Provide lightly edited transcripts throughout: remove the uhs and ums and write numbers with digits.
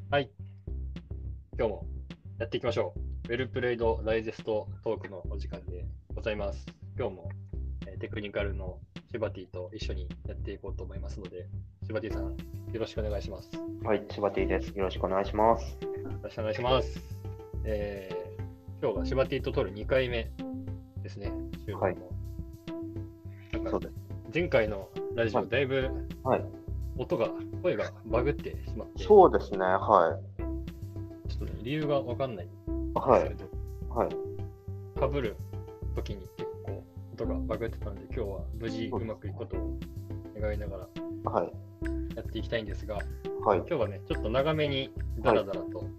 はい、今日もやっていきましょう。ウェルプレイドダイジェストトークのお時間でございます。今日も、テクニカルのシバティと一緒にやっていこうと思いますので、シバティさん、よろしくお願いします。よはい、千葉 T です。よろしくお願いします。 ろしくお願いします。今日がシバティと撮る2回目ですね、収録も。 はい、 なんかそうです。 前回のラジオ、 はい、 だいぶはい、 声がバグってしまって、ちょそうですね。はっとね、理由がわかんないんい、はい、 ですけど、 はい。 被る時に結構音がバグってたので、今日は無事そうでうまくいくすね。 ことを願いながらはい、 やっていきたいんですが、 はい、 今日はね、ちょっと長めにダはい、 ラダラと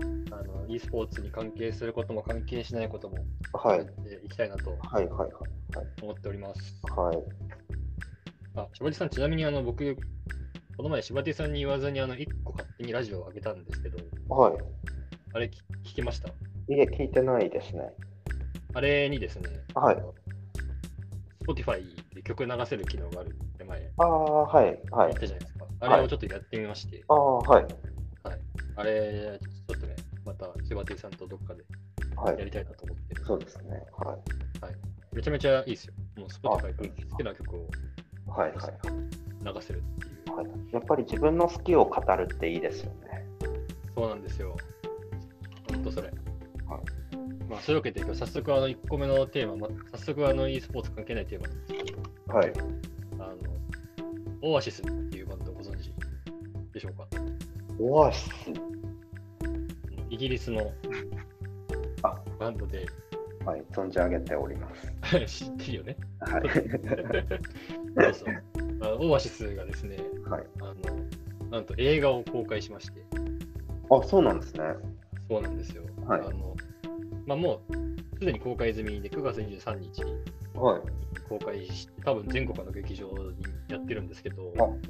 e スポーツに関係することも関係しないこともはい、 喋っていきたいなとはい、はい、 思っております。 はい、 柴地さん、ちなみに僕、この前柴地さんに言わずに1個勝手にラジオを上げたんですけど、 はあれ聞きました？ い。いえ、聞いてないですね。 あれにですね、 はい。 Spotify で曲流せる機能があるって前ああ、はい、はい、 言ったじゃないですか。あれはい。 をちょっとやってみまして、 ああ、はい、 はい。あれ、ちょっとね、また、シバティさんとどっかではい。 やりたいなと思ってるんで、 そうですね。はい。 はい。めちゃめちゃいいですよ。もう、 あ、 Spotify からいいですか。 好きな曲をはい、 流はい、 せるっていう。 はい。やっぱり自分の好きを語るっていいですよね。 そうなんですよ。ほんとそれ。 はい、 そういうわけで、今日早速1個目のテーマ、早速e スポーツ関係ないテーマなんですけど、 はい。 あの、オアシスっていうバンドをご存知でしょうか？ オアシス。 イギリスのあ、 バンドで、 はい、存じ上げております。 知ってるよね。 はい。 そうそう。オアシスがですね、 はい。 なんと映画を公開しまして、 あ、そうなんですね。 そうなんですよ。 はい。 もうすでに公開済みで9月23日にはい。 公開して、多分全国の劇場にやってるんですけど、 あ、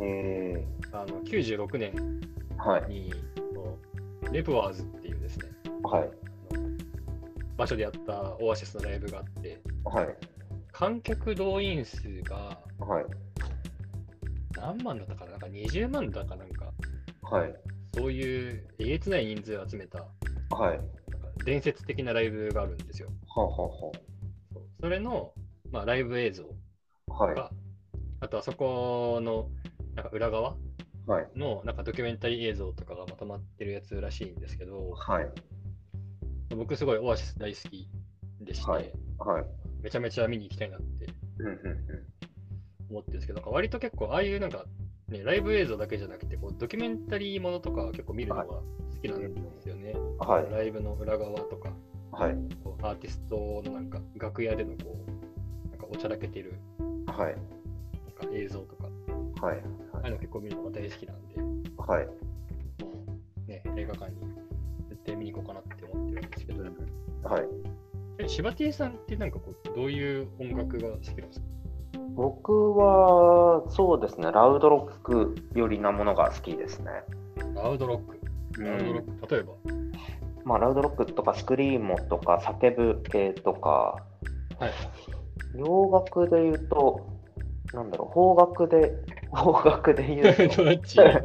96年はい。 にレプワーズっていうですね、 はい。 場所でやったオアシスのライブがあって、 はい。 観客動員数がはい。 何万だったかな、なんか20万だかなんか、 はい。 そういうえげつない人数を集めたはい。 なんか伝説的なライブがあるんですよ。 ははそれの、ライブ映像は。はい。 とか、あとはそこのなんか裏側はい。 のなんかドキュメンタリー映像とかがまとまってるやつらしいんですけど、 はい。 僕すごいオアシス大好きでしはい。 て、 はい。 めちゃめちゃ見に行きたいなってうんうん思ってるんですけど、なんか割と結構ああいうなんか、ね、ライブ映像だけじゃなくてこうドキュメンタリーものとか結構見るうん。はい。 のが好きなんですよね。 はい。 ライブの裏側とか、 はい。 こうアーティストのなんか楽屋でのこうなんかおちゃらけてるはい。 なんか映像とか、 はい。 ああいうの結構見るのが大好きなんで、 はい。 映画館に絶対見に行こうかなって思ってるんですけど、 はい。 柴Tさんってなんかこうどういう音楽が好きなんですか？ 僕は、そうですね、ラウドロック寄りなものが好きですね。 ラウドロック。ラウドロうん。 ック、例えば。 まあ、ラウドロックとかスクリーモとか叫ぶ系とか、 はい。 洋楽で言うと、なんだろう、邦楽で言うと、 どっち？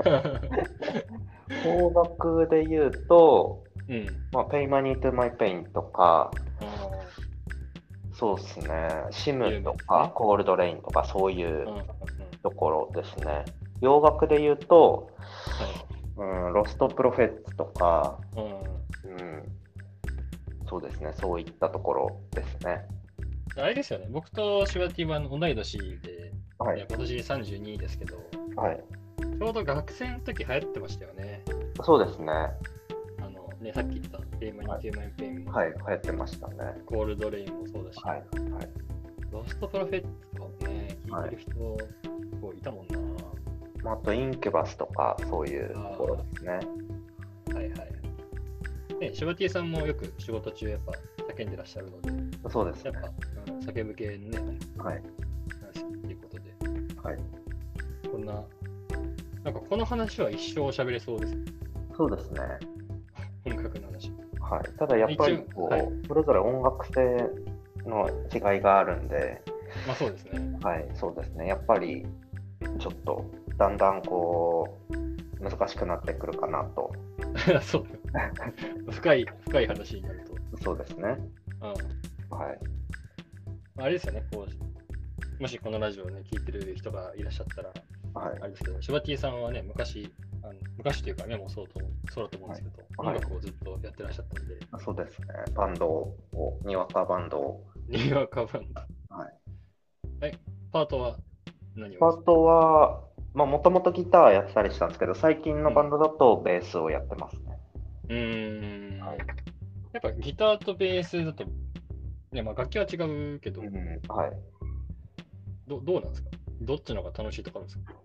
邦楽で言うと、 うん。 まあ、Pay Money to My Pain とか、 ああ、 そうですね、シム有名とですね。 かコールドレインとかそういううんうんうん。 ところですね。洋楽で言うと、 はい。 ロストプロフェッツとか、 うん。 うん、そうですね、そういったところですね。 あれですよね。僕と柴 T は同い年で、 はい、 今年32ですけど、 はい、 ちょうど学生の時流行ってましたよね。 そうですね。 さっき言ったテーマにテーマにペンも、 はい、流行ってましたね。 コールドレインもそうだし、 はい、はい、 ロストプロフェッツとかもね、聞いてる人、結構いたもんな。 まあ、あとインキュバスとかそういうところですね。 はいはい。柴 T さんもよく仕事中やっぱ叫んでらっしゃるので、 そうですね。 やっぱ、叫ぶ系のね、 はい、 話っていうことで、 はい。 こんな、なんかこの話は一生喋れそうです。 そうですね。 音楽の話。 はい。ただやっぱりはい。 それぞれ音楽性の違いがあるんで、 そうですね。 はい、そうですね。やっぱりちょっとだんだん難しくなってくるかなとそう。深い話になると。 そうですね。 うん。 はい。 あれですよね、もしこのラジオをね、聞いてる人がいらっしゃったら、 はい。 あれですけど、シュバティさんはね、昔というか、今もそうだと思うんですけど、 はい。 音楽をずっとやってらっしゃったんで、 そうですね。バンドを、にわかバンドを。 にわかバンド。 はい。 パートは何をやってパートは、もともとギターやってたりしたんですけど、最近のバンドだとベースをやってますね。 うーん。 はい。 やっぱギターとベースだと、ね、楽器は違うけど、 はい。 どうなんですか？どっちの方が楽しいとかあるんですか？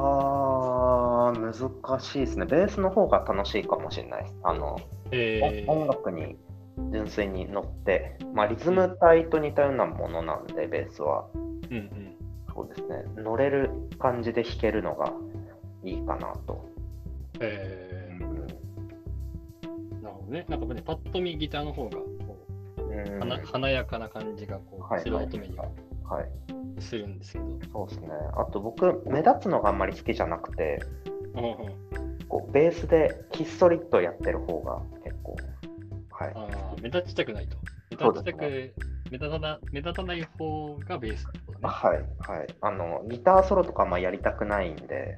難しいですね。ベースの方が楽しいかもしれないです。音え楽に純粋に乗って、リズうん、 ム体と似たようなものなんで、ベースは。 うん、 そうですね。乗れる感じで弾けるのがいいかなと。 なるほどね。なんかね、パッと見ギターの方が華やかな感じが素人目にはするんですけど。 そうですね。あと僕、目立つのがあんまり好きじゃなくて、ベースでひっそりとやってる方が結構、 目立ちたくないと。目立たない方がベースってことね。 はい、はい。ギターソロとかあんまやりたくないんで、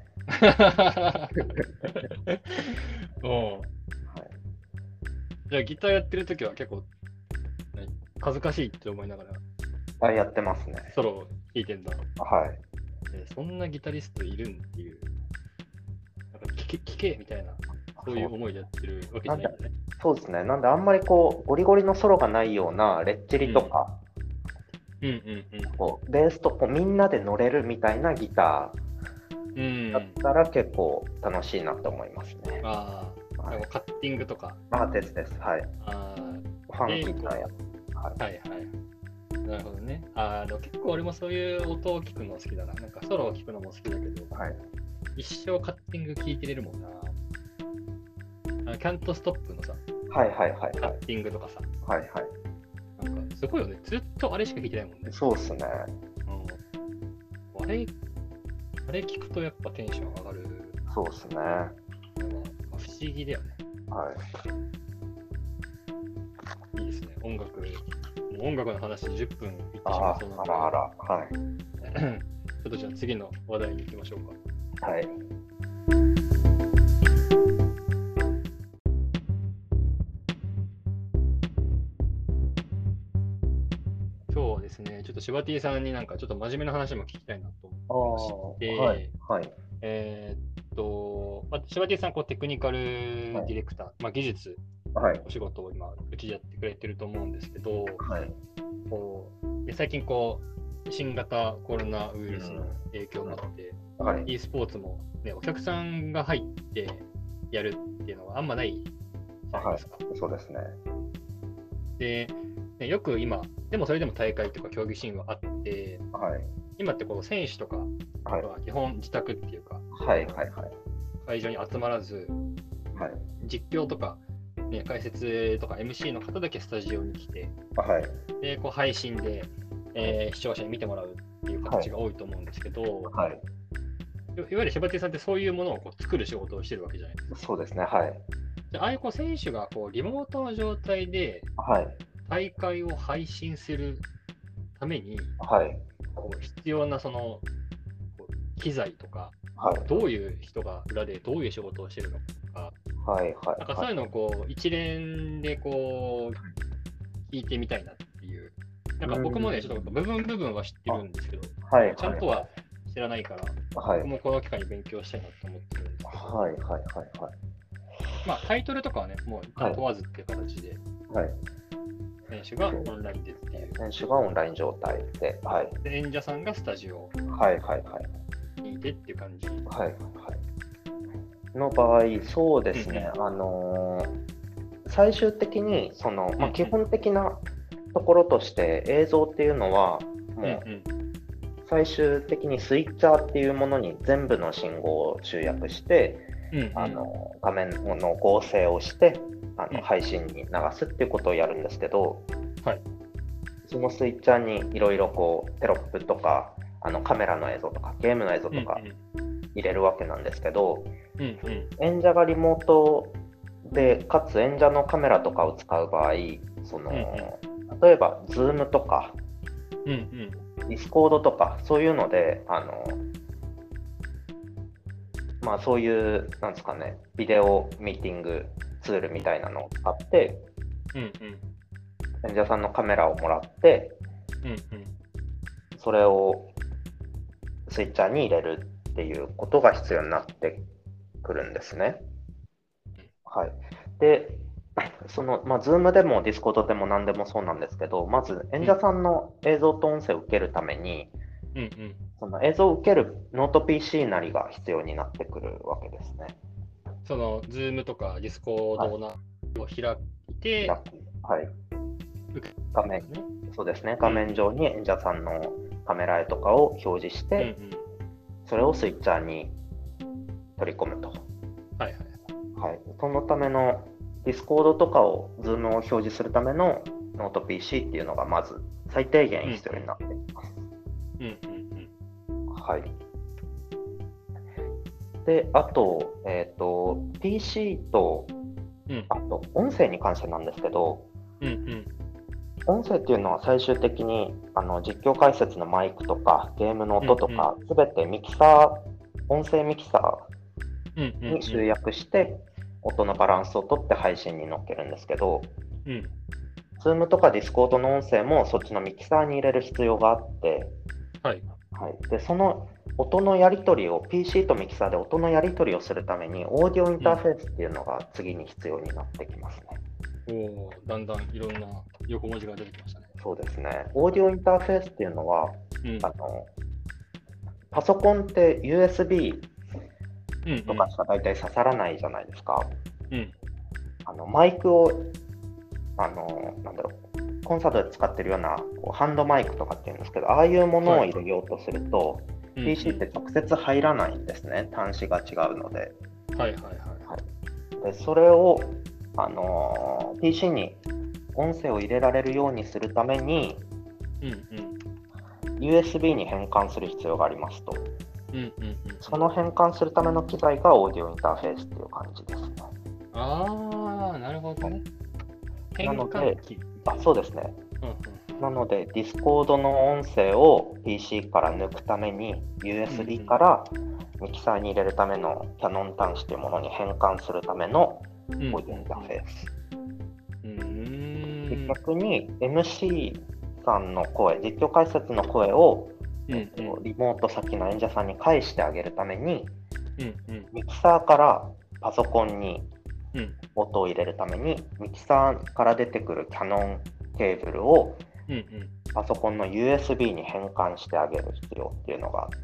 おじゃあギターやってるときは結構恥ずかしいって思いながらやってますね。 ソロを弾いてんだ。 はい。 そんなギタリストいるんっていう、なんか聞けみたいな、そういう思いでやってるわけじゃないんだね。 そうですね。なんであんまりゴリゴリのソロがないようなレッチリとか、ベースとみんなで乗れるみたいなギターだったら結構楽しいなと思いますね。 カッティングとか。 です。はい。ファンキーなやつ。 はい。なるほどね。結構俺もそういう音を聞くの好きだな。なんかソロを聞くのも好きだけど、一生カッティング聞いてれるもんな。キャントストップのさ、カッティングとかさ、なんかすごいよね。ずっとあれしか弾いてないもんね。 そうっすね。 あれ聞くとやっぱテンション上がる。 そうっすね。 不思議だよね。いいですね。音楽の話10分いってしまいそうなので。ちょっとじゃあ次の話題に行きましょうか。 はい。 今日ですね、ちょっとシバティさんになんかちょっと真面目な話も聞きたいなと思ってまして、シバティさんテクニカルディレクター、技術お仕事を今うちでやってくれてると思うんですけど、最近新型コロナウイルスの影響もあって、e スポーツも、ね、お客さんが入ってやるっていうのはあんまないじゃないですか。 そうですね。 で、よく今、でもそれでも大会とか競技シーンはあって、今って選手とかは基本自宅っていうか、会場に集まらず、実況とか、解説とか MC の方だけスタジオに来て、で配信で、視聴者に見てもらうっていう形が多いと思うんですけど、いわゆるシバティさんってそういうものを作る仕事をしてるわけじゃないですか。 そうですね。 ああいう選手がリモートの状態で大会を配信するために、必要なその機材とか、どういう人が裏でどういう仕事をしてるのかとか、なんかそういうのを一連で聞いてみたいなっていう。なんか僕もね、ちょっと部分は知ってるんですけど、ちゃんとは知らないから、僕もこの機会に勉強したいなと思ってるんですけど、タイトルとかはね、もう問わずっていう形で、選手がオンラインでっていう。 選手がオンライン状態で、 で演者さんがスタジオにいてっていう感じ。 の場合、そうですね。最終的に基本的なところとして映像っていうのはもう最終的にスイッチャーっていうものに全部の信号を集約して、画面の合成をして配信に流すっていうことをやるんですけど、そのスイッチャーにいろいろテロップとかカメラの映像とかゲームの映像とか入れるわけなんですけど、演者がリモートで、かつ演者のカメラとかを使う場合、その、 うん例えば Zoom とかうんうん。 Discord とかそういうので、まあそういうなんですかね、ビデオミーティングツールみたいなのを使ってうんうん演者さんのカメラをもらって、 うんうんそれをスイッチャーに入れるっていうことが必要になってくるんですね。はい。で、Zoom でも Discord でも何でもそうなんですけど、まず演者さんの映像と音声を受けるために、 うんうん。 その映像を受けるノート PC なりが必要になってくるわけですね。 その Zoom とか Discord はい。 を開いて、 はい。 受け画面、 るんですね。 そうですね。画面上に演者さんのカメラ絵とかを表示しうんて、 うん。 それをスイッチャーに取り込むと。 はいはい。 はい。そのための Discord とかを Zoom を表示するためのノート PC っていうのがまず最低限必要になってきます。 うんうんはい。で、あと、PC と、 うん。 あと音声に関してなんですけど、 うんうん音声っていうのは最終的に実況解説のマイクとかゲームの音とか、すべて音声ミキサーに集約して音のバランスをとって配信に乗っけるんですけど、Zoom とか Discord の音声もそっちのミキサーに入れる必要があって、 はいはい、でその音のやり取りを PC とミキサーで音のやり取りをするためにオーディオインターフェースっていうのが次に必要になってきますね。 おー、だんだんいろんな横文字が出てきましたね。 そうですね。オーディオインターフェースっていうのは、パソコンって USB とかしか大体刺さらないじゃないですか。マイクをコンサートで使ってるようなハンドマイクとかっていうんですけど、ああいうものを入れようとすると、PC って直接入らないんですね。端子が違うので。でそれを、PC に音声を入れられるようにするために、USB に変換する必要がありますと。その変換するための機材がオーディオインターフェースっていう感じですね。 ああ、なるほどね。 なので、そうですね。なので、Discord の音声を PC から抜くために、USB からミキサーに入れるためのキャノン端子というものに変換するためのオーディオインターフェース。で逆に MC さんの声、実況解説の声を、リモート先の演者さんに返してあげるために、ミキサーからパソコンに音を入れるために、ミキサーから出てくるキャノンケーブルをパソコンの USB に変換してあげる必要っていうのがあって、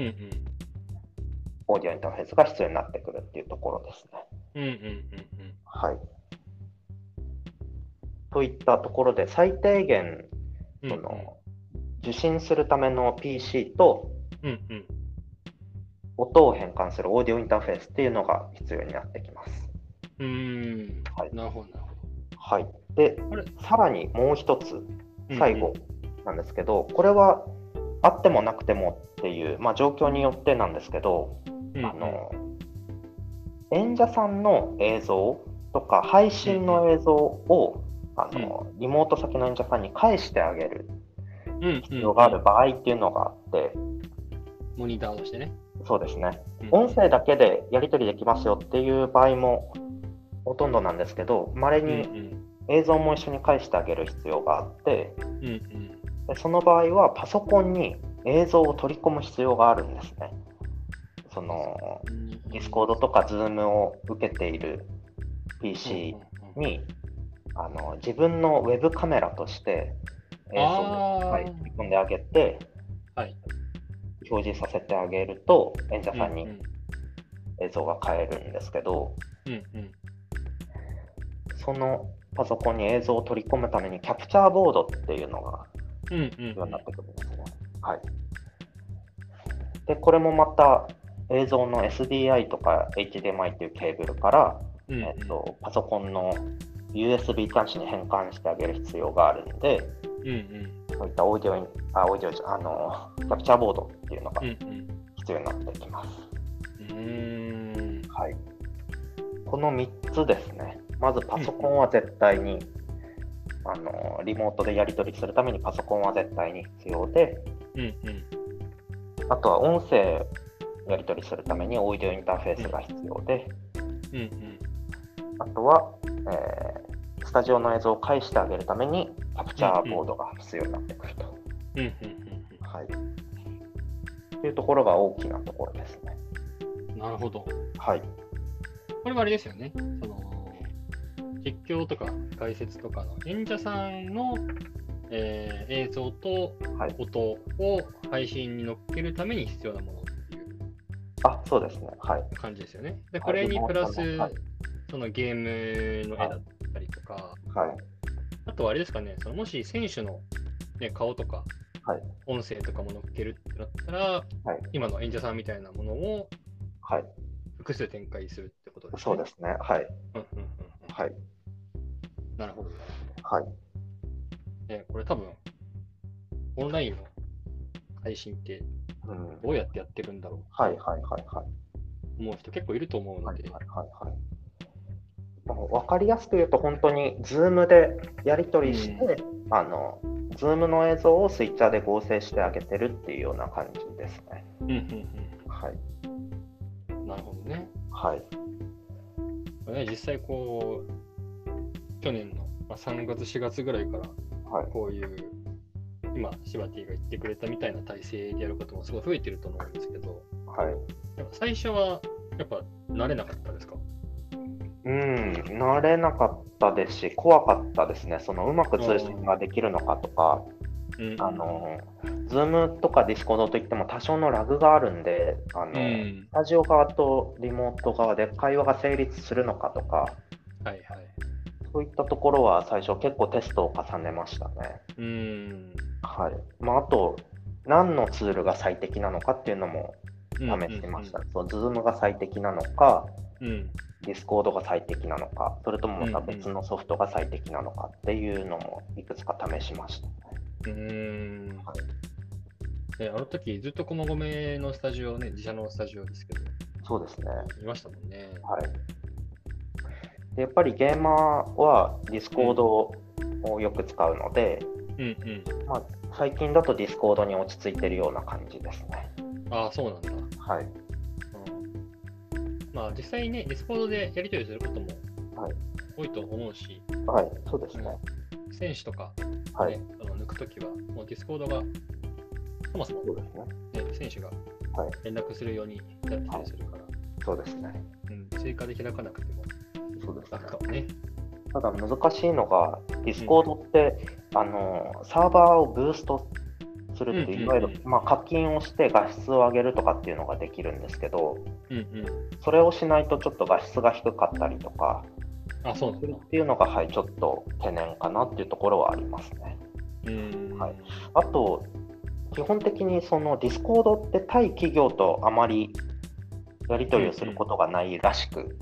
オーディオインターフェースが必要になってくるっていうところですね。はい。といったところで、最低限受信するための PC と、音を変換するオーディオインターフェースっていうのが必要になってきます。なるほど。はい。で、さらにもう一つ、最後なんですけど、これはあってもなくてもっていう、状況によってなんですけど、演者さんの映像とか配信の映像をリモート先の演者さんに返してあげる必要がある場合っていうのがあって、 モニターとしてね。 そうですね。音声だけでやり取りできますよっていう場合もほとんどなんですけど、稀に映像も一緒に返してあげる必要があって、でその場合はパソコンに映像を取り込む必要があるんですね。そのDiscord とか Zoom を受けている PC に自分のウェブカメラとして映像を取り込んであげて、表示させてあげると演者さんに映像が変えるんですけど、そのパソコンに映像を取り込むためにキャプチャーボードっていうのが必要になってくるんですね。でこれもまた映像の SDI とか HDMI っていうケーブルから、パソコンの USB 端子に変換してあげる必要があるので、そういったキャプチャーボードっていうのが必要になってきます。 この3つですね。まずパソコンは絶対に、リモートでやり取りするためにパソコンは絶対に必要で、あとは音声やり取りするためにオーディオインターフェースが必要で、あとは、スタジオの映像を返してあげるためにキャプチャーボードが必要になってくると。はい。というところが大きなところですね。 なるほど。 はい。 これはあれですよね。実況とか解説とかの演者さんの、映像と音を配信に乗っけるために必要なものっていう、 そうですね。はい。 感じですよね。で、これにプラス、そのゲームの絵だったりとか、あとはあれですかね、もし選手の、ね、顔とか、音声とかも乗っけるってなったら、今の演者さんみたいなものを複数展開するってことですね。 そうですね。はい。はい。 なるほど。 はい。 これ多分、オンラインの配信ってどうやってやってるんだろう思う人結構いると思うので。 分かりやすく言うと、本当に Zoom でやり取りして、Zoom の映像をスイッチャーで合成してあげてるっていうような感じですね。はい。 なるほどね。 はい。 実際去年の3月、4月ぐらいから、こういう、今、シバティが言ってくれたみたいな体制でやることもすごい増えてると思うんですけど、最初はやっぱ慣れなかったですか？ 慣れなかったですし、怖かったですね。うまく通信ができるのかとか、Zoom とか Discord といっても多少のラグがあるんで、スタジオ側とリモート側で会話が成立するのかとか、そういったところは最初結構テストを重ねましたね。はい。あと、何のツールが最適なのかっていうのも試してました。Zoom が最適なのか、Discord が最適なのか、それともまた別のソフトが最適なのかっていうのもいくつか試しました。 あの時ずっと駒込のスタジオね、自社のスタジオですけど、 そうですね。 いましたもんね。 でやっぱりゲーマーは Discord をよく使うので、最近だと Discord に落ち着いてるような感じですね。 そうなんだ。実際ね、Discord でやり取りすることも多いと思うし、 そうですね。 選手とか、抜くときは、もう Discord がそもそも、選手が連絡するようになってたりするから、 そうですね。 追加で開かなくても、楽かもね。 ただ難しいのが、Discord って、サーバーをブーストするっていう、いわゆる課金をして画質を上げるとかっていうのができるんですけど、それをしないとちょっと画質が低かったりとかするっていうのが、ちょっと懸念かなっていうところはありますね。あと、基本的にDiscord って対企業とあまりやり取りをすることがないらしく、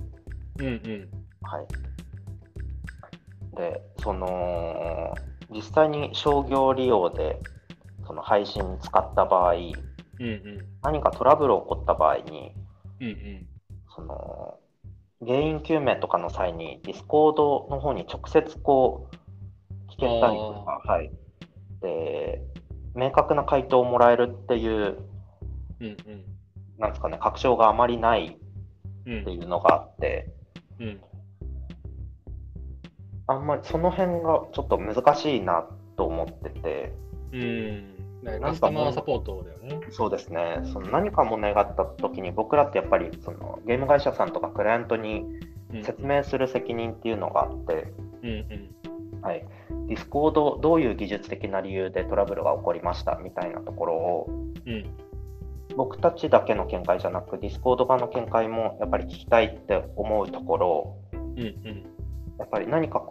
で、実際に商業利用で配信に使った場合、何かトラブル起こった場合に、原因究明とかの際に Discord の方に直接聞けたりとか、で明確な回答をもらえるっていう、なんですかね、確証があまりないっていうのがあって、あんまりその辺がちょっと難しいなと思ってて、 カスタマーサポートだよね。 そうですね。何か問題があったときに、僕らってやっぱりゲーム会社さんとかクライアントに説明する責任っていうのがあって、Discord どういう技術的な理由でトラブルが起こりましたみたいなところを、僕たちだけの見解じゃなく Discord 側の見解もやっぱり聞きたいって思うところ、やっぱり何か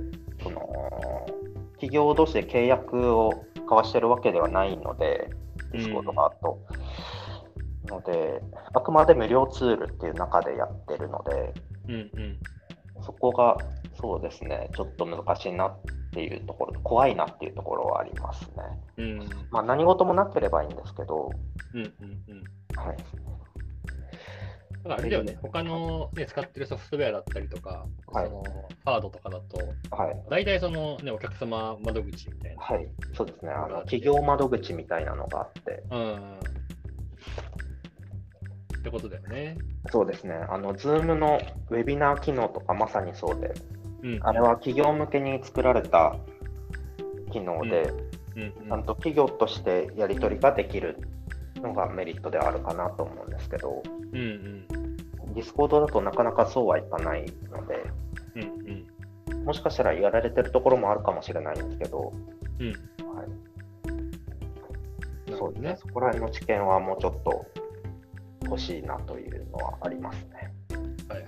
企業同士で契約を交わしてるわけではないので、Discord 側と。ので、あくまで無料ツールっていう中でやってるので、そこがそうですね、ちょっと難しいなっていうところ、怖いなっていうところはありますね。何事もなければいいんですけど、 だからあれだよね、他の、ね、使ってるソフトウェアだったりとか、 はい、 そのハードとかだと、 はい、 大体その、ね、お客様窓口みたいな。 はい、そうですね。 のがあって企業窓口みたいなのがあって、 うん。ってことだよね。 そうですね。Zoom のウェビナー機能とかまさにそうで、 うんうん、 あれは企業向けに作られた機能で、ちゃんと企業としてやり取りができるのがメリットであるかなと思うんですけど、 うんうんディスコードだとなかなかそうはいかないので、 うんもしかしたらやられてるところもあるかもしれないんですけど、 うんはい、 うん、 そうですね。 ね。 そこら辺の知見はもうちょっと欲しいなというのはありますね。 はいはい。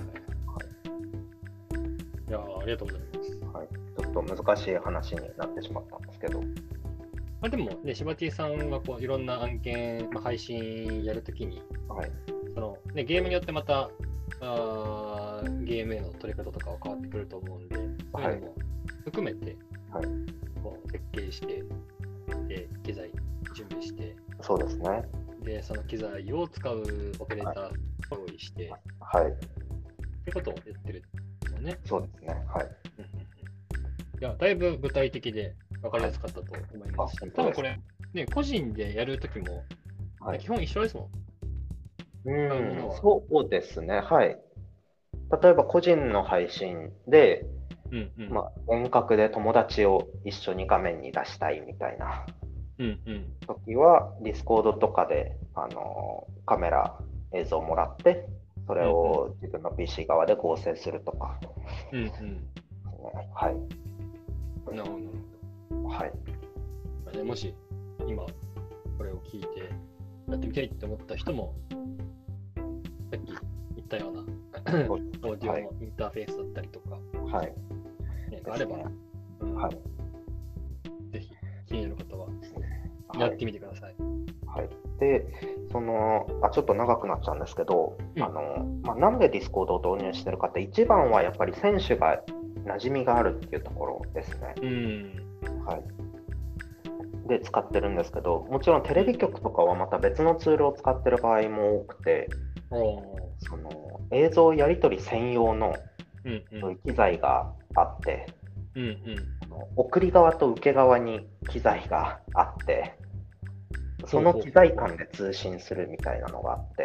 いやありがとうございます。 はい、ちょっと難しい話になってしまったんですけど。 まあ、でもね、柴 T さんはこういろんな案件、配信やるときに、 はい、 そのね、ゲームによってまたゲームへの取り方とかは変わってくると思うんで、そういうのも含めて、 はい、 こう設計して、機材準備して、 そうですね。 で、その機材を使うオペレーターを用意して、 はい、 ってことをやってるのね。 そうですね。はい。 いや、だいぶ具体的で分かりやすかったと思いますし、多分これ、ね、個人でやるときも、 はい、 基本一緒ですもん。 そうですね。はい。例えば個人の配信で、遠隔で友達を一緒に画面に出したいみたいな時は、Discord とかで、カメラ映像をもらって、それを自分の PC 側で合成するとか。はい。 なるほど。 はい。 もし今これを聞いてやってみたいって思った人も、さっき言ったようなオーディオのインターフェースだったりとか、 はい。 あれば、 はい。 ぜひ気になる方はやってみてください。 はい。で、ちょっと長くなっちゃうんですけど、なんで Discord を導入してるかって、一番はやっぱり選手が馴染みがあるっていうところですね。はい。で使ってるんですけど、もちろんテレビ局とかはまた別のツールを使ってる場合も多くて、その映像やり取り専用の機材があって、送り側と受け側に機材があって、その機材間で通信するみたいなのがあって、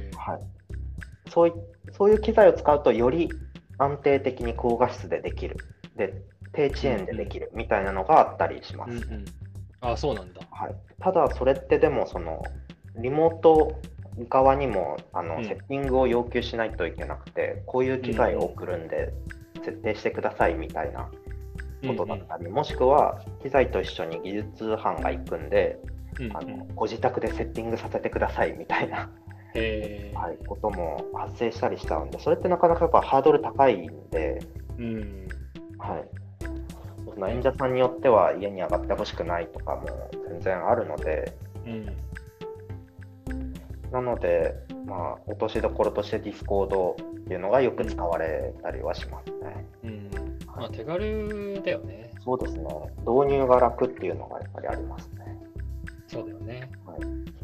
はい、そういう機材を使うとより安定的に高画質でできる。で低遅延でできるみたいなのがあったりします。 あ、そうなんだ。 はい、ただ、それってでも、リモート側にもセッティングを要求しないといけなくて、こういう機材を送るんで、設定してくださいみたいなことだったり、もしくは、機材と一緒に技術班が行くんで、ご自宅でセッティングさせてくださいみたいな。はい、ことも発生したりしちゃうんで、それってなかなかやっぱハードル高いんで、はい、演者さんによっては家に上がってほしくないとかも全然あるので、なので、落としどころとして Discord っていうのがよく使われたりはしますね。 手軽だよね。 そうですね。導入が楽っていうのがやっぱりありますね。 そうだよね。 はい、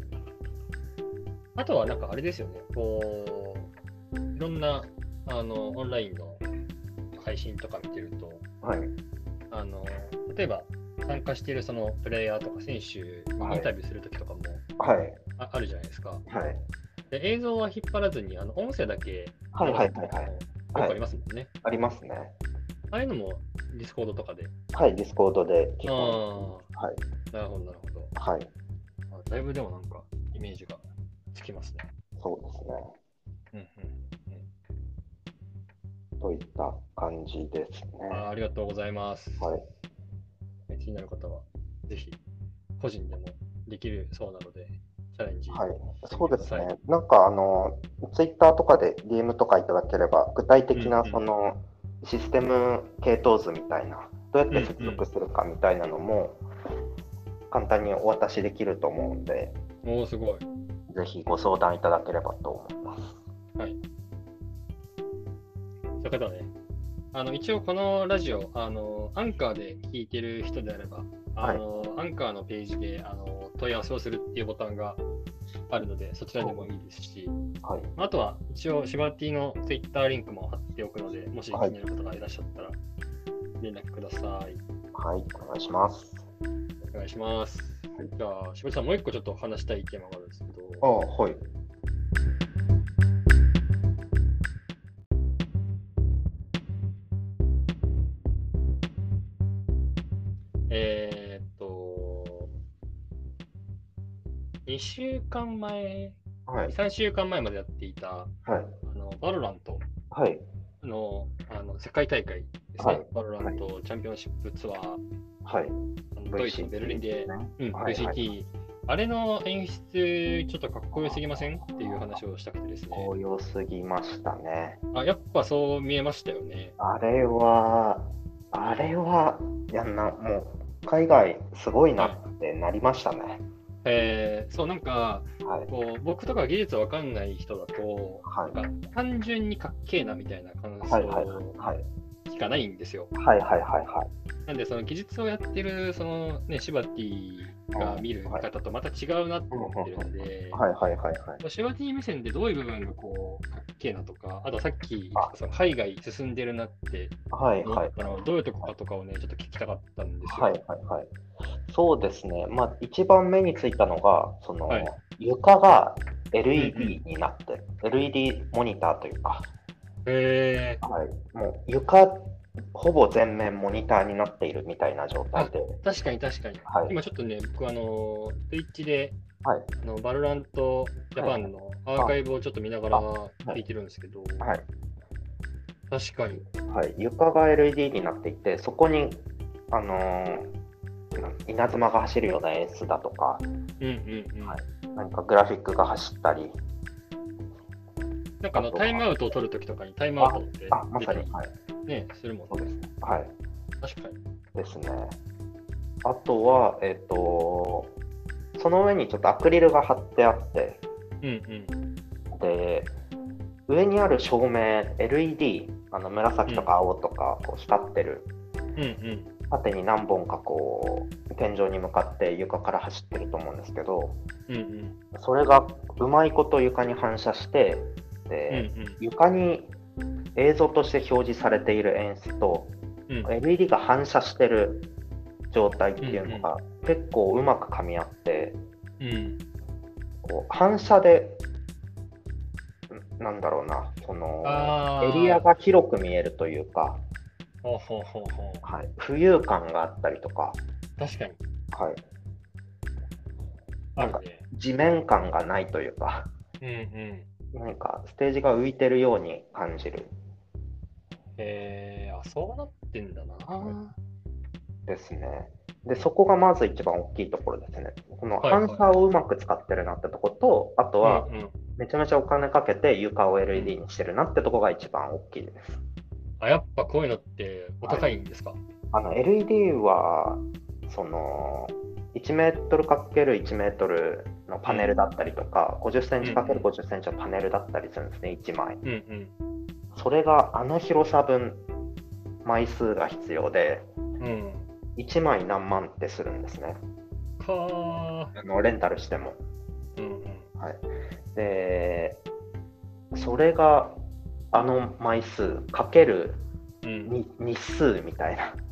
あとはなんかあれですよね。こういろんなオンラインの配信とか見てると、 はい、 例えば参加しているそのプレイヤーとか選手にインタビューするときとかも、あるじゃないですか。で映像は引っ張らずに音声だけよくありますもんね。 ありますね。 ああいうのもディスコードとかで。 はい、ディスコードで基本。 はい。なるほど、なるほど。 はい。 だいぶでもなんかイメージがつきますね。 そうですね。といった感じですね。 ありがとうございます。 はい。 気になる方はぜひ個人でもできるそうなのでチャレンジしてみてください。 はい、そうですね。なんかツイッターとかで DM とかいただければ具体的なそのシステム系統図みたいな、どうやって接続するかみたいなのも簡単にお渡しできると思うんで、 すごい。 ぜひご相談いただければと思います。 はい。そういう方はね、一応このラジオ、アンカーで聞いてる人であれば、アンカーのページで問い合わせをするっていうボタンがあるので、そちらでもいいですし、 はい。 あとは一応、シバティの Twitter リンクも貼っておくので、もし気はいになる方がいらっしゃったら連絡ください。 はい。お願いします。 お願いします。じゃあ、柴田さん、もう一個ちょっと話したいテーマがあるんですけど、 はい。 えーっと、2週間前、 はい。 3週間前までやっていた、 はい。 バロラントはい。 の、世界大会ですね。 はい。 バロラントチャンピオンシップツアー、 はい。 ドイツのベルリンで、 はい。 VCT、あれの演出、ちょっとかっこよすぎませんっていう話をしたくてですね。 かっこよすぎましたね。 やっぱそう見えましたよね。 あれは、いやもう、海外すごいなってなりましたね。 そう、なんか、 はい。 こう僕とか技術わかんない人だと、 はい。 なんか単純にかっけえなみたいな感はい。はい。 想はい。 しかないんですよ。 はい。はい。はい。はい。 なんで、その技術をやってる、そのね、シバティが見る見方とまた違うなって思ってるんで、 はい。はい。はい。はい。 シバティ目線でどういう部分がこう、かっけえなとか、あとさっき言ったその海外進んでるなってはい。はい。 思ったのは、どういうとこかとかをね、ちょっと聞きたかったんですよ。 はい。はい。はい。そうですね。まあ、一番目についたのが、 はい。 床が LED になってる、LED モニターというか、はい。もう床、ほぼ全面モニターになっているみたいな状態で。 確かに確かに。 はい。 今ちょっとね、僕Twitch で、 はい。 バロラントジャパンのアーカイブをちょっと見ながら聞いてるんですけど、 はい。 確かに。 はい。床が LED になっていて、そこに、稲妻が走るような演出だとか、はい、何かグラフィックが走ったり、 なんかタイムアウトを取るときとかにタイムアウトってまさに、はい、 ね、するもんね。 そうですね。はい。 確かに。 ですね。あとは、その上にちょっとアクリルが貼ってあって、で、上にある照明、LED、紫とか青とかこう光ってる、縦に何本かこう天井に向かって床から走ってると思うんですけど、それがうまいこと床に反射して、で、床に映像として表示されている演出と、LED が反射してる状態っていうのが結構うまく噛み合って、こう反射でなんだろうな、そのエリアが広く見えるというか、はい、浮遊感があったりとか、 確かに。 はい、なんか地面感がないというか、何かステージが浮いてるように感じる。 そうなってんだな。 ですね。で、そこがまず一番大きいところですね。この反射をうまく使ってるなってとこと、あとは、めちゃめちゃお金かけて床を LED にしてるなってとこが一番大きいです。 やっぱこういうのってお高いんですか？ LED は、その、1メートル ×1 メートルのパネルだったりとか、50センチ ×50 センチのパネルだったりするんですね、1枚。それが広さ分、枚数が必要で、1枚何万ってするんですね。レンタルしても。はい。で、それが枚数かける日数みたいな。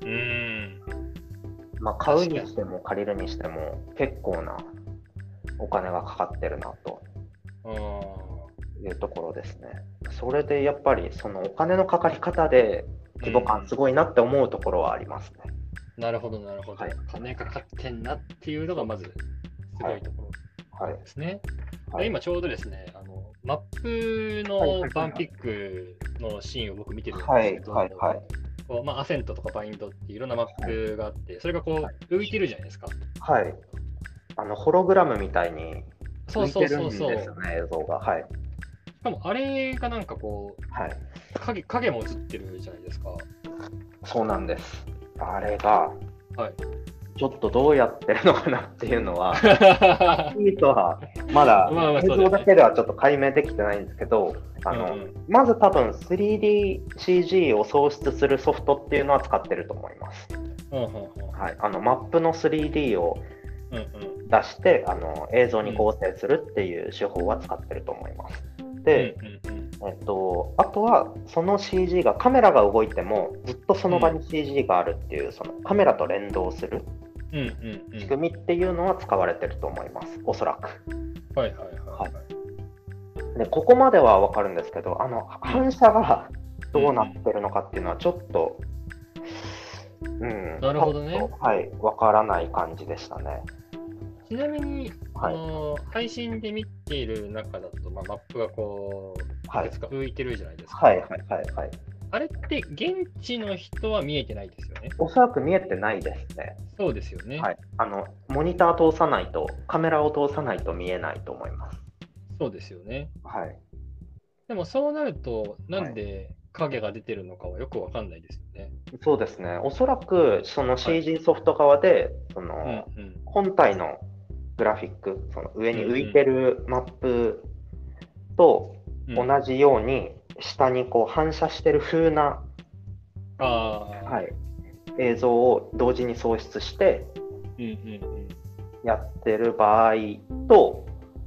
まあ、買うにしても借りるにしても結構なお金がかかってるなというところですね。それでやっぱりそのお金のかかり方で規模感すごいなって思うところはありますね。 なるほどなるほど。金かかってんなっていうのがまずすごいところですね。今ちょうどですね、マップのバンピックのシーンを僕見てるんですけど、アセントとかバインドっていろんなマップがあって、それがこう浮いてるじゃないですか。 はい。ホログラムみたいに浮いてるんですよね、映像が。はい。 しかもあれがなんかこう、影も映ってるじゃないですか。そうなんです。あれが、ちょっとどうやってるのかなっていうのは、まだ映像だけではちょっと解明できてないんですけど、まず多分 3DCG を創出するソフトっていうのは使ってると思います。はい、マップの 3D を出して映像に合成するっていう手法は使ってると思います。で、あとはその CG がカメラが動いてもずっとその場に CG があるっていう、そのカメラと連動する仕組みっていうのは使われてると思います、おそらく。でここまでは分かるんですけど、反射がどうなってるのかっていうのはちょっと、 なるほどね。 はい、分からない感じでしたね。 ちなみに、配信で見ている中だと、マップがこう、いくつか浮いてるじゃないですか。あれって現地の人は見えてないですよね。 おそらく見えてないですね。 そうですよね。 モニター通さないと、カメラを通さないと見えないと思います。 そうですよね。でもそうなると、なんで影が出てるのかはよくわかんないですよね。 そうですね。おそらくその CG ソフト側で、その本体のグラフィック、その上に浮いてるマップと同じように下にこう反射してる風な、映像を同時に送出してやってる場合と、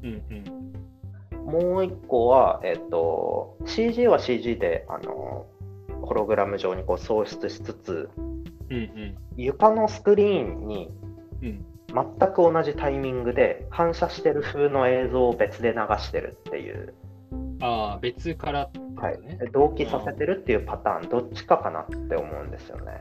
もう一個は、CG は CG でホログラム上にこう送出しつつ、床のスクリーンに全く同じタイミングで反射してる風の映像を別で流してるっていう、 別からってことね。 同期させてるっていうパターン、どっちかかなって思うんですよね。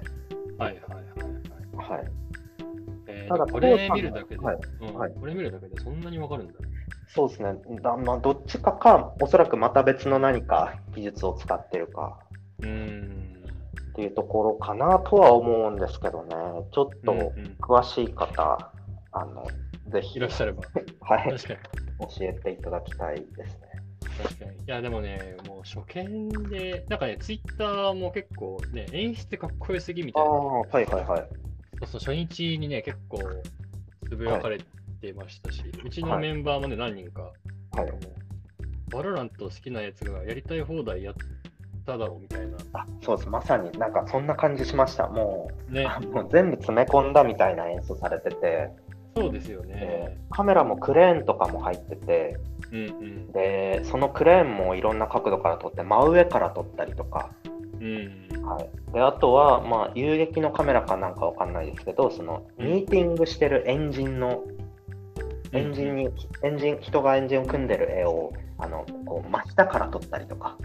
ただこれ見るだけで、これ見るだけでそんなにわかるんだ。 そうですね。どっちかか、おそらくまた別の何か技術を使ってるかっていうところかなとは思うんですけどね。ちょっと詳しい方、ぜひいらっしゃれば、 教えていただきたいですね。 確かに。いや、でもね、もう初見で、なんかね、ツイッターも結構ね、演出かっこよすぎみたいな。初日にね、結構つぶやかれてましたし、うちのメンバーもね、何人か、バロラント好きなやつがやりたい放題やっただろうみたいな。 そうです、まさになんかそんな感じしました。もう全部詰め込んだみたいな演出されてて。 そうですよね。 カメラもクレーンとかも入ってて、でそのクレーンもいろんな角度から撮って真上から撮ったりとか、であとは、遊撃のカメラかなんかわかんないですけど、そのミーティングしてるエンジンの、人がエンジンを組んでる絵をこう真下から撮ったりとか、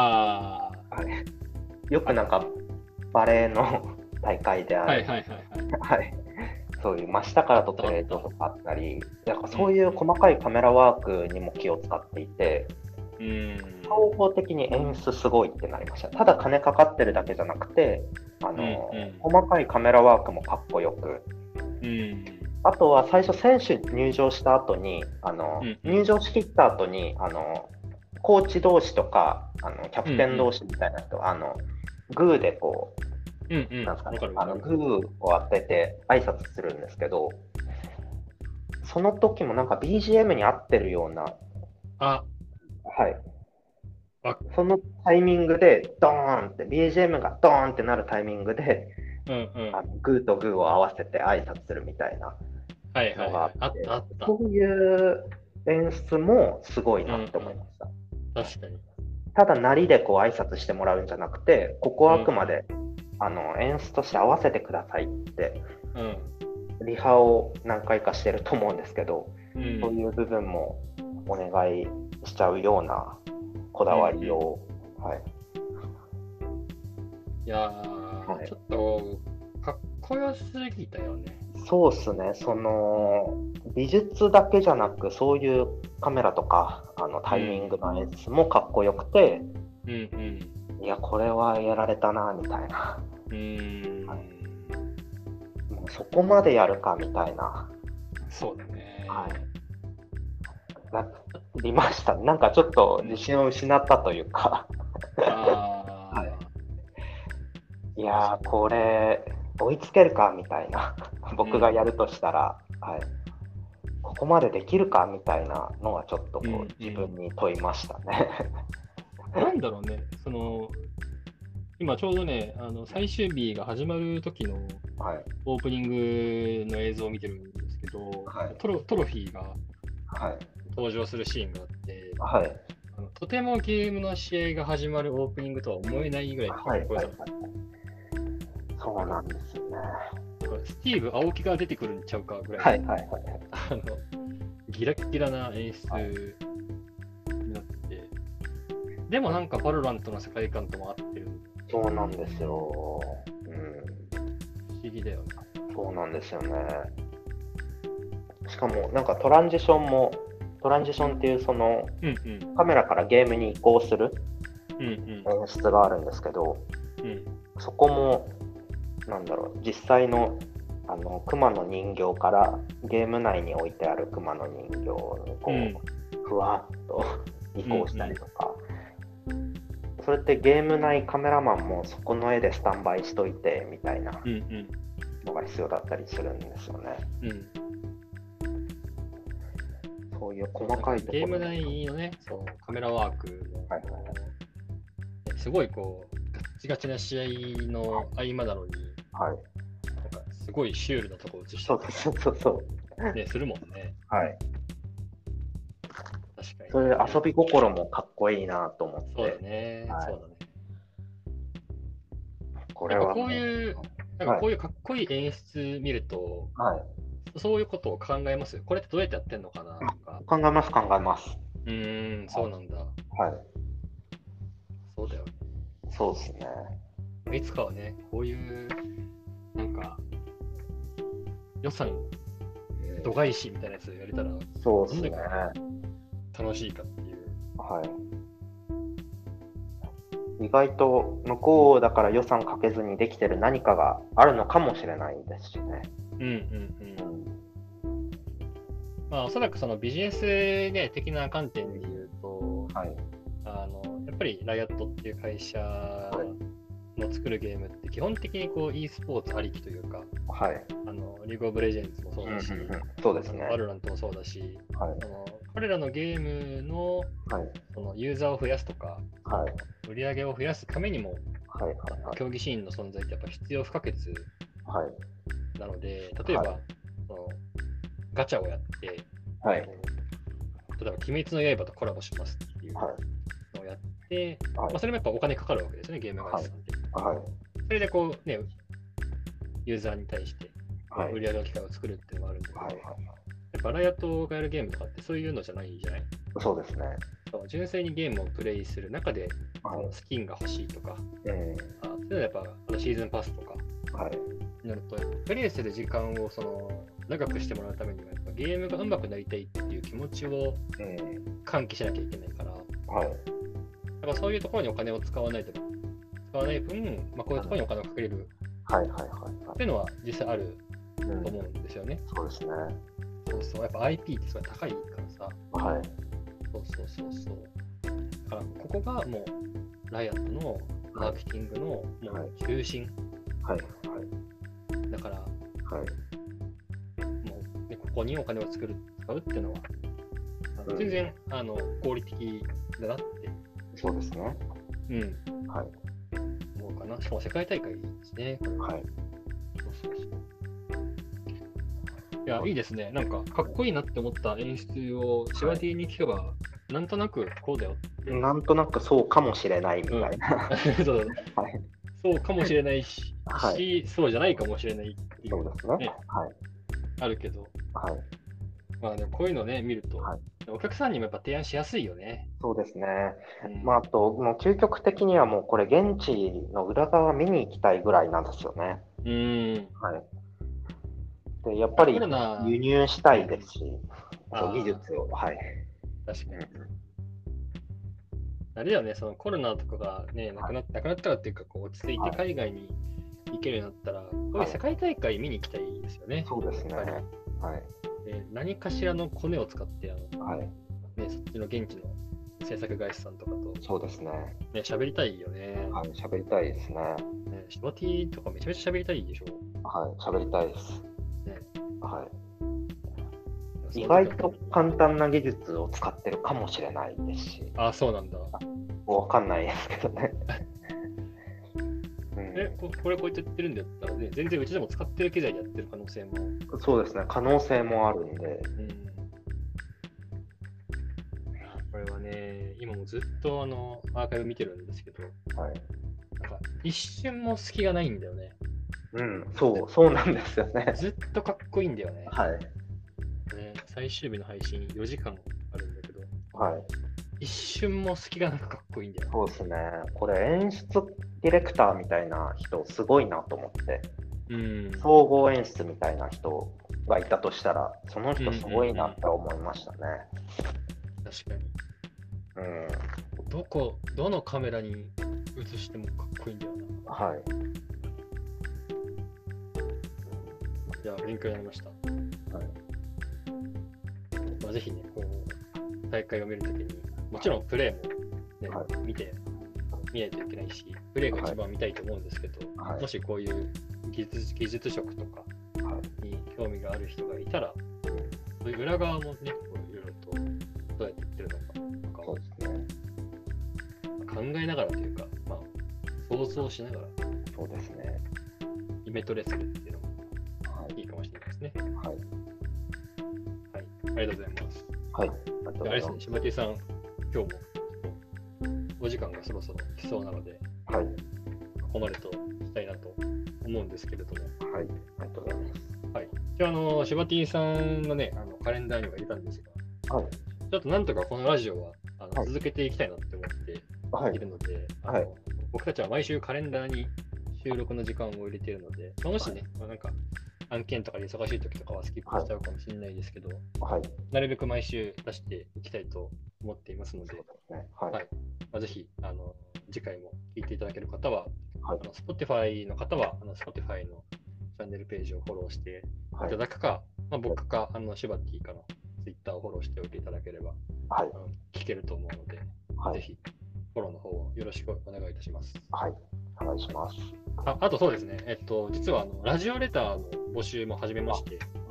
よくなんかバレエの大会である、そういう真下から撮ってる映像とかあったり、なんかそういう細かいカメラワークにも気を使っていて、総合的に演出すごいってなりました。ただ金かかってるだけじゃなくて、細かいカメラワークもかっこよく、あとは最初選手入場した後に入場しきった後にコーチ同士とかキャプテン同士みたいな人、グーでこうなんですかね、グーを当てて挨拶するんですけど、その時もなんか BGM に合ってるような、そのタイミングでドーンって BGM がドーンってなるタイミングで、グーとグーを合わせて挨拶するみたいなのがあって、そういう演出もすごいなって思いました。 確かに。 ただなりでこう挨拶してもらうんじゃなくて、ここはあくまで、演出として合わせてくださいって、リハを何回かしてると思うんですけど、そういう部分もお願いしちゃうようなこだわりを、 いやー、ちょっとかっこよすぎたよね。 そうですね、その美術だけじゃなく、そういうカメラとかタイミングの演出もかっこよくて、いや、これはやられたなみたいな、もうそこまでやるかみたいな、 そうだね、 なりました。なんかちょっと自信を失ったというかいやー、これ追いつけるかみたいな、僕がやるとしたら、ここまでできるかみたいなのはちょっとこう自分に問いましたね。 なんだろうね、今ちょうどね、最終日が始まる時のオープニングの映像を見てるんですけど、 はいトロフィーがはい。 登場するシーンがあって、 はい。 とてもゲームの試合が始まるオープニングとは思えないぐらいかっこはい。はい。 よさ。 そうなんですよね。 スティーブ・青木が出てくるんちゃうかぐらい、 はい。はい。はい。 あのギラッギラな演出になって、でもなんかバロラントの世界観とも合ってる。 そうなんですよ。 不思議だよね。 そうなんですよね。しかも、なんかトランジションっていうそのカメラからゲームに移行する演出があるんですけど、そこも、なんだろう、実際の熊の人形からゲーム内に置いてある熊の人形にこう、ふわっと移行したりとか、それってゲーム内カメラマンもそこの絵でスタンバイしといてみたいなのが必要だったりするんですよね。そういう細かいところ、 ゲーム内のね、そうカメラワークの、すごいこうガチガチな試合の合間なのに、なんかすごいシュールなところ映してそうね、するもんね。 はい。 確かに。 そういう遊び心もかっこいいなと思って。 そうだね。そうだね。 これはこういうかっこいい演出見ると、そういうことを考えますよ。これってどうやってやってんのかなとか。 考えます。 そうなんだ。そうだよね。 そうですね。 いつかはね、こういう、なんか、予算度外視みたいなやつやれたら、 そうですね。 楽しいかっていう。 意外と向こうだから予算かけずにできてる何かがあるのかもしれないですしね。 まあ、おそらくそのビジネス、ね、的な観点で言うと、やっぱりライアットっていう会社の作るゲームって基本的にこう e スポーツありきというか、リーグオブレジェンズもそうだし、バロラントもそうだし、彼らのゲームの、そのユーザーを増やすとか、売り上げを増やすためにも、競技シーンの存在ってやっぱ必要不可欠なので、例えば、そのガチャをやって、例えば鬼滅の刃とコラボしますっていうのをやって、それもやっぱお金かかるわけですよね、ゲーム会社さんって。それでこうね、ユーザーに対して売り上げの機会を作るっていうのがあるんだけど、やっぱライアットがやるゲームとかってそういうのじゃないじゃない？ そうですね。 純粋にゲームをプレイする中で、スキンが欲しいとか、そういうのはやっぱシーズンパスとかになると、プレイする時間をその長くしてもらうためには、やっぱゲームが上手くなりたいっていう気持ちを喚起しなきゃいけないから、やっぱそういうところにお金を使わない分、こういうところにお金をかけれるっていうのは実際あると思うんですよね。 そうですね。 やっぱ IP ってすごい高いからさ。だからここがもうライアットのマーケティングのもう中心。だから、もう、ここにお金を使うっていうのは、全然合理的だなって。 そうですね。 思うかな。しかも世界大会ですね。いや、いいですね。なんか、かっこいいなって思った演出をシバティに聞けば、なんとなくこうだよって。 なんとなくそうかもしれないみたいな。 そうかもしれないし、そうじゃないかもしれないっていう。 そうですね。 あるけど。まあでもこういうのね、見ると、お客さんにもやっぱ提案しやすいよね。 そうですね。あと、もう究極的にはもうこれ現地の裏側見に行きたいぐらいなんですよね。でやっぱり輸入したいですし、技術を。確かに。あれだよね、そのコロナとかがね、なくなったらっていうか、こう落ち着いて海外に行けるようになったら、こういう世界大会見に行きたいですよね。 そうですね。 何かしらのコネを使って、そっちの現地の制作会社さんとかと、 そうですね。 喋りたいよね。 喋りたいですね。 シバティとかめちゃめちゃ喋りたいでしょ。 喋りたいです。意外と簡単な技術を使ってるかもしれないですし。 そうなんだ。 わかんないですけどね。 これこうやってやってるんだったらね、全然うちでも使ってる機材でやってる可能性も。 そうですね、可能性もあるんで。 これはね、今もずっとアーカイブ見てるんですけど、なんか一瞬も隙がないんだよね。 そうなんですよね。 ずっとかっこいいんだよね。最終日の配信4時間あるんだけど、一瞬も隙がなくかっこいいんだよね。 そうですね。これ演出ディレクターみたいな人すごいなと思って。総合演出みたいな人がいたとしたら、その人すごいなって思いましたね。 確かに。どのカメラに映してもかっこいいんだよな。いや、勉強になりました。ぜひね、大会を見るときに、もちろんプレーも、ね見ないといけないし、プレーが一番見たいと思うんですけど、もしこういう技術職とかに興味がある人がいたら、そういう裏側もね、いろいろとどうやってやってるのかを考えながらというか、想像しながら、イメトレするっていうのもいいかもしれないですね。ありがとうございます。あれですね、柴田さん、今日もお時間がそろそろ来そうなので、ここまでとしたいなと思うんですけれども。 ありがとうございます。 じゃあ、柴田さんのね、カレンダーには入れたんですが、ちょっとなんとかこのラジオは続けていきたいなって思っているので、僕たちは毎週カレンダーに収録の時間を入れているので、もしね、なんか案件とかで忙しい時とかはスキップしちゃうかもしれないですけど、なるべく毎週出していきたいと思っていますので、ぜひ次回も聞いていただける方は、Spotify の方はSpotify のチャンネルページをフォローしていただくか、僕か柴田かの Twitter をフォローしておいていただければ、聞けると思うので、ぜひフォローの方をよろしくお願いいたします。 お願いします。 あとそうですね、実はラジオレターの募集も始めまして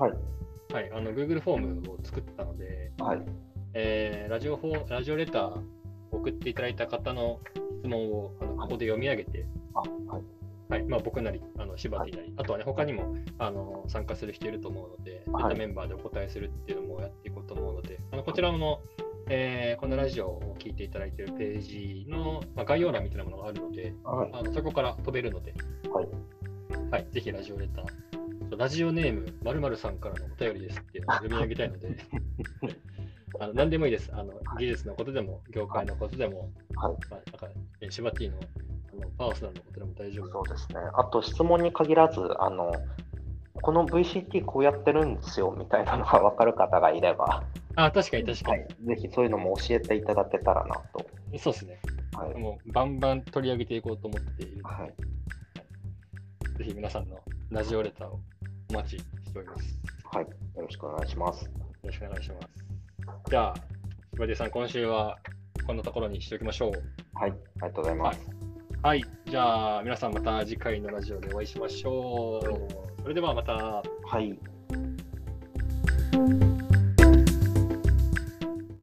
、Google フォームを作ったので、ラジオレターを送っていただいた方の質問をここで読み上げて、僕なり、柴田なり、あとはね、他にも参加する人いると思うので、そういったメンバーでお答えするっていうのもやっていこうと思うので、こちらのこのラジオを聞いていただいているページの、概要欄みたいなものがあるので、そこから飛べるので、ぜひラジオレター、ラジオネーム〇〇さんからのお便りですっていうのを読み上げたいので、何でもいいです。技術のことでも、業界のことでも、柴田のパーソナルのことでも大丈夫。 そうですね。あと質問に限らず、この VCT こうやってるんですよみたいなのが分かる方がいれば、 確かに。ぜひそういうのも教えていただけたらなと。 そうですね。もうバンバン取り上げていこうと思っているので、ぜひ皆さんのラジオレターをお待ちしております。 よろしくお願いします。 よろしくお願いします。じゃあ、柴田さん、今週はこんなところにしておきましょう。 ありがとうございます。 じゃあ皆さんまた次回のラジオでお会いしましょう。それではまた。